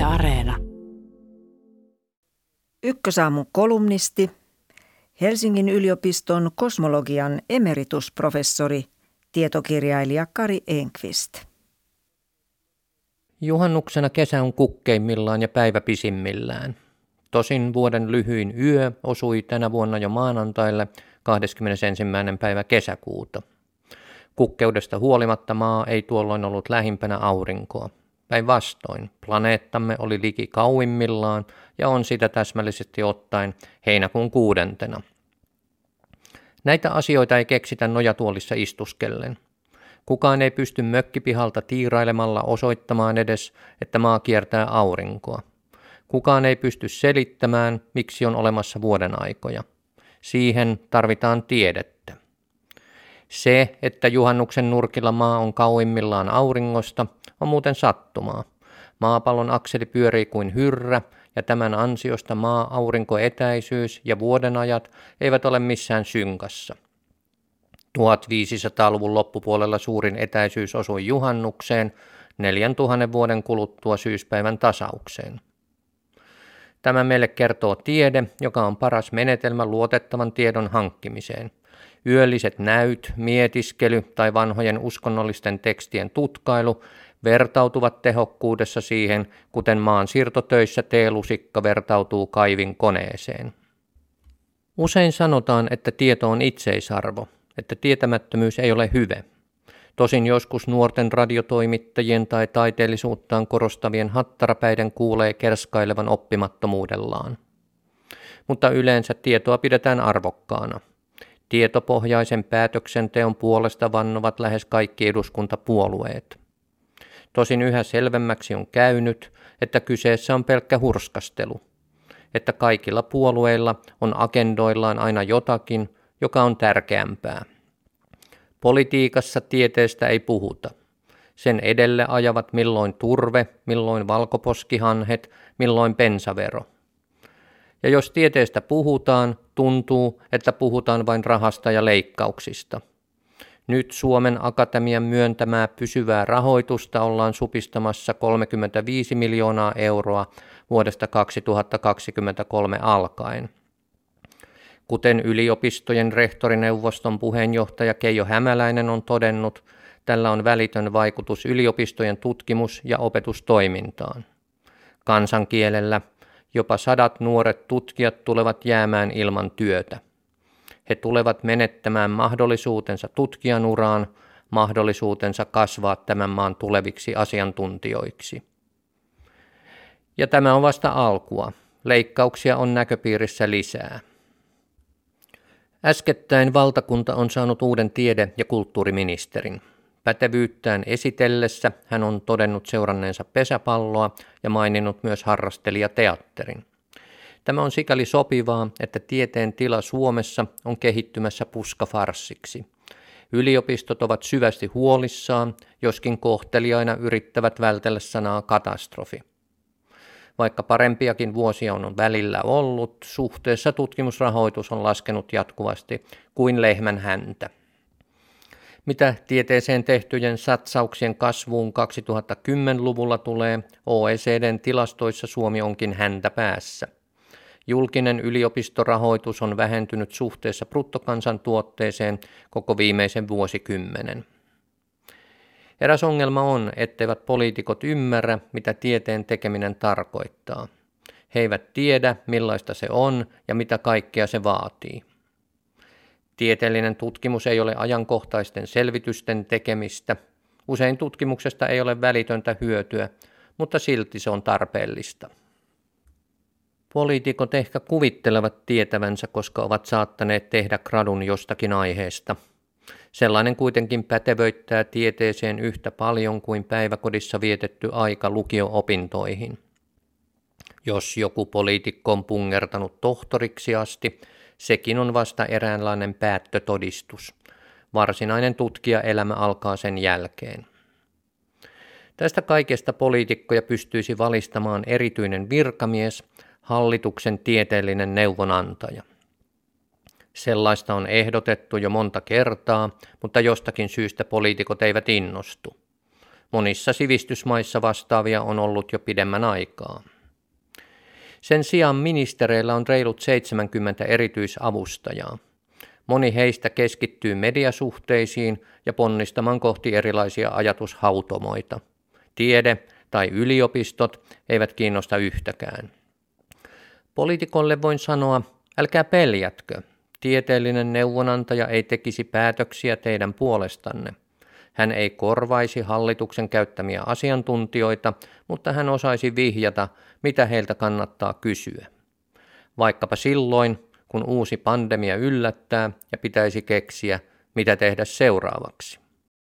Areena. Ykkösaamun kolumnisti, Helsingin yliopiston kosmologian emeritusprofessori, tietokirjailija Kari Enqvist. Juhannuksena kesä on kukkeimmillaan ja päivä pisimmillään. Tosin vuoden lyhyin yö osui tänä vuonna jo maanantaille 21. päivä kesäkuuta. Kukkeudesta huolimatta maa ei tuolloin ollut lähimpänä aurinkoa. Päinvastoin, planeettamme oli liki kauimmillaan ja on sitä täsmällisesti ottaen heinäkuun 6. Näitä asioita ei keksitä nojatuolissa istuskellen. Kukaan ei pysty mökkipihalta tiirailemalla osoittamaan edes, että maa kiertää aurinkoa. Kukaan ei pysty selittämään, miksi on olemassa vuodenaikoja. Siihen tarvitaan tiedettä. Se, että juhannuksen nurkilla maa on kauimmillaan auringosta, on muuten sattumaa. Maapallon akseli pyörii kuin hyrrä, ja tämän ansiosta maa-aurinkoetäisyys ja vuodenajat eivät ole missään synkassa. 1500-luvun loppupuolella suurin etäisyys osui juhannukseen, 4000 vuoden kuluttua syyspäivän tasaukseen. Tämä meille kertoo tiede, joka on paras menetelmä luotettavan tiedon hankkimiseen. Yölliset näyt, mietiskely tai vanhojen uskonnollisten tekstien tutkailu vertautuvat tehokkuudessa siihen, kuten maan siirtotöissä teelusikka vertautuu kaivin koneeseen. Usein sanotaan, että tieto on itseisarvo, että tietämättömyys ei ole hyve. Tosin joskus nuorten radiotoimittajien tai taiteellisuuttaan korostavien hattarapäiden kuulee kerskailevan oppimattomuudellaan. Mutta yleensä tietoa pidetään arvokkaana. Tietopohjaisen päätöksenteon puolesta vannovat lähes kaikki eduskuntapuolueet. Tosin yhä selvemmäksi on käynyt, että kyseessä on pelkkä hurskastelu, että kaikilla puolueilla on agendoillaan aina jotakin, joka on tärkeämpää. Politiikassa tieteestä ei puhuta. Sen edelle ajavat milloin turve, milloin valkoposkihanhet, milloin bensavero. Ja jos tieteestä puhutaan, tuntuu, että puhutaan vain rahasta ja leikkauksista. Nyt Suomen Akatemian myöntämää pysyvää rahoitusta ollaan supistamassa 35 miljoonaa euroa vuodesta 2023 alkaen. Kuten yliopistojen rehtorineuvoston puheenjohtaja Keijo Hämäläinen on todennut, tällä on välitön vaikutus yliopistojen tutkimus- ja opetustoimintaan. Kansankielellä jopa 100 nuoret tutkijat tulevat jäämään ilman työtä. He tulevat menettämään mahdollisuutensa tutkijanuraan, mahdollisuutensa kasvaa tämän maan tuleviksi asiantuntijoiksi. Ja tämä on vasta alkua. Leikkauksia on näköpiirissä lisää. Äskettäin valtakunta on saanut uuden tiede- ja kulttuuriministerin. Pätevyyttään esitellessä hän on todennut seuranneensa pesäpalloa ja maininnut myös harrastelijateatterin. Tämä on sikäli sopivaa, että tieteen tila Suomessa on kehittymässä puskafarssiksi. Yliopistot ovat syvästi huolissaan, joskin kohteliaina yrittävät vältellä sanaa katastrofi. Vaikka parempiakin vuosia on välillä ollut, suhteessa tutkimusrahoitus on laskenut jatkuvasti kuin lehmän häntä. Mitä tieteeseen tehtyjen satsauksien kasvuun 2010-luvulla tulee, OECD:n tilastoissa Suomi onkin häntä päässä. Julkinen yliopistorahoitus on vähentynyt suhteessa bruttokansantuotteeseen koko viimeisen vuosikymmenen. Eräs ongelma on, etteivät poliitikot ymmärrä, mitä tieteen tekeminen tarkoittaa. He eivät tiedä, millaista se on ja mitä kaikkea se vaatii. Tieteellinen tutkimus ei ole ajankohtaisten selvitysten tekemistä. Usein tutkimuksesta ei ole välitöntä hyötyä, mutta silti se on tarpeellista. Poliitikot ehkä kuvittelevat tietävänsä, koska ovat saattaneet tehdä gradun jostakin aiheesta. Sellainen kuitenkin pätevöittää tieteeseen yhtä paljon kuin päiväkodissa vietetty aika lukio-opintoihin. Jos joku poliitikko on pungertanut tohtoriksi asti, sekin on vasta eräänlainen päättötodistus. Varsinainen tutkijaelämä alkaa sen jälkeen. Tästä kaikesta poliitikkoja pystyisi valistamaan erityinen virkamies, hallituksen tieteellinen neuvonantaja. Sellaista on ehdotettu jo monta kertaa, mutta jostakin syystä poliitikot eivät innostu. Monissa sivistysmaissa vastaavia on ollut jo pidemmän aikaa. Sen sijaan ministereillä on reilut 70 erityisavustajaa. Moni heistä keskittyy mediasuhteisiin ja ponnistamaan kohti erilaisia ajatushautomoita. Tiede tai yliopistot eivät kiinnosta yhtäkään. Poliitikolle voin sanoa, älkää peljätkö. Tieteellinen neuvonantaja ei tekisi päätöksiä teidän puolestanne. Hän ei korvaisi hallituksen käyttämiä asiantuntijoita, mutta hän osaisi vihjata, mitä heiltä kannattaa kysyä. Vaikkapa silloin, kun uusi pandemia yllättää ja pitäisi keksiä, mitä tehdä seuraavaksi.